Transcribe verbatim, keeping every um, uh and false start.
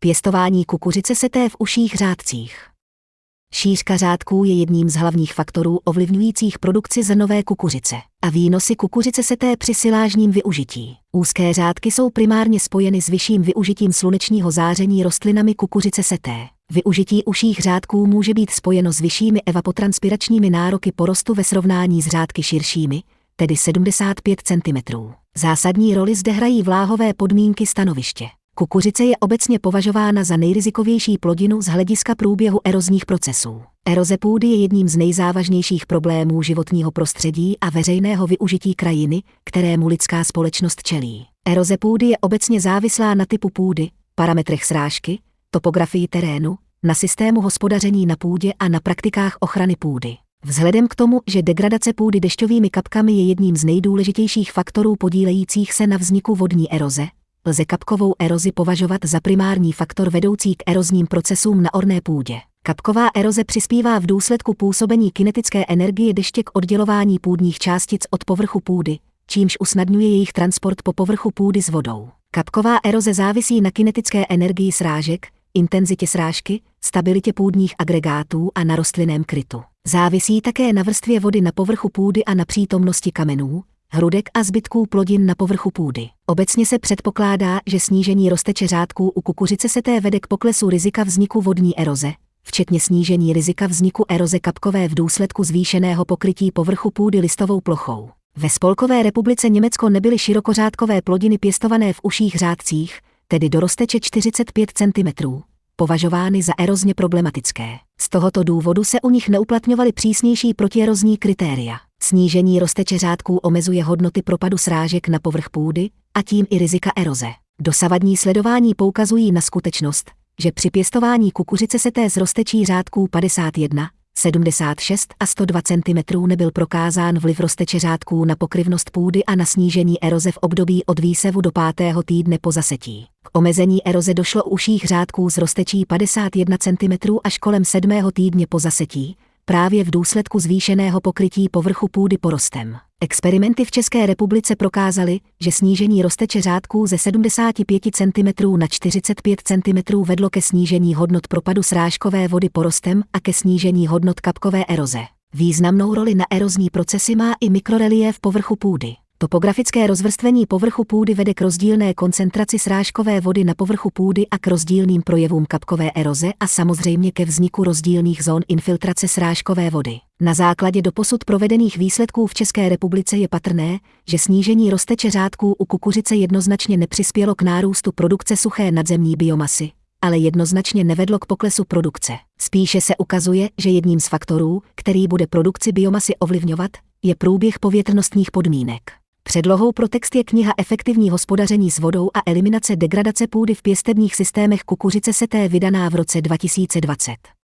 Pěstování kukuřice seté v užších řádcích. Šířka řádků je jedním z hlavních faktorů ovlivňujících produkci zrnové kukuřice a výnosy kukuřice seté při silážním využití. Úzké řádky jsou primárně spojeny s vyšším využitím slunečního záření rostlinami kukuřice seté. Využití užších řádků může být spojeno s vyššími evapotranspiračními nároky porostu ve srovnání s řádky širšími, tedy sedmdesát pět centimetrů. Zásadní roli zde hrají vláhové podmínky stanoviště. Kukuřice je obecně považována za nejrizikovější plodinu z hlediska průběhu erozních procesů. Eroze půdy je jedním z nejzávažnějších problémů životního prostředí a veřejného využití krajiny, kterému lidská společnost čelí. Eroze půdy je obecně závislá na typu půdy, parametrech srážky, topografii terénu, na systému hospodaření na půdě a na praktikách ochrany půdy. Vzhledem k tomu, že degradace půdy dešťovými kapkami je jedním z nejdůležitějších faktorů podílejících se na vzniku vodní eroze, lze kapkovou erozi považovat za primární faktor vedoucí k erozním procesům na orné půdě. Kapková eroze přispívá v důsledku působení kinetické energie deště k oddělování půdních částic od povrchu půdy, čímž usnadňuje jejich transport po povrchu půdy s vodou. Kapková eroze závisí na kinetické energii srážek, intenzitě srážky, stabilitě půdních agregátů a na rostlinném krytu. Závisí také na vrstvě vody na povrchu půdy a na přítomnosti kamenů, hrudek a zbytků plodin na povrchu půdy. Obecně se předpokládá, že snížení rozteče řádků u kukuřice seté vede k poklesu rizika vzniku vodní eroze, včetně snížení rizika vzniku eroze kapkové v důsledku zvýšeného pokrytí povrchu půdy listovou plochou. Ve Spolkové republice Německo nebyly širokořádkové plodiny pěstované v užších řádcích, tedy do rozteče čtyřicet pět centimetrů, považovány za erozně problematické. Z tohoto důvodu se u nich neuplatňovaly přísnější protierozní kritéria. Snížení rozteče řádků omezuje hodnoty propadu srážek na povrch půdy a tím i rizika eroze. Dosavadní sledování poukazují na skutečnost, že při pěstování kukuřice seté z roztečí řádků padesát jedna, sedmdesát šest a sto dva centimetrů nebyl prokázán vliv rozteče řádků na pokryvnost půdy a na snížení eroze v období od výsevu do pátého týdne po zasetí. K omezení eroze došlo u užších řádků z roztečí padesát jedna centimetrů až kolem sedmého týdně po zasetí, právě v důsledku zvýšeného pokrytí povrchu půdy porostem. Experimenty v České republice prokázaly, že snížení rozteče řádků ze sedmdesát pět centimetrů na čtyřicet pět centimetrů vedlo ke snížení hodnot propadu srážkové vody porostem a ke snížení hodnot kapkové eroze. Významnou roli na erozní procesy má i mikroreliéf povrchu půdy. Topografické rozvrstvení povrchu půdy vede k rozdílné koncentraci srážkové vody na povrchu půdy a k rozdílným projevům kapkové eroze a samozřejmě ke vzniku rozdílných zón infiltrace srážkové vody. Na základě doposud provedených výsledků v České republice je patrné, že snížení rozteče řádků u kukuřice jednoznačně nepřispělo k nárůstu produkce suché nadzemní biomasy, ale jednoznačně nevedlo k poklesu produkce. Spíše se ukazuje, že jedním z faktorů, který bude produkci biomasy ovlivňovat, je průběh povětrnostních podmínek. Předlohou pro text je kniha Efektivní hospodaření s vodou a eliminace degradace půdy v pěstebních systémech kukuřice seté vydaná v roce dva tisíce dvacet.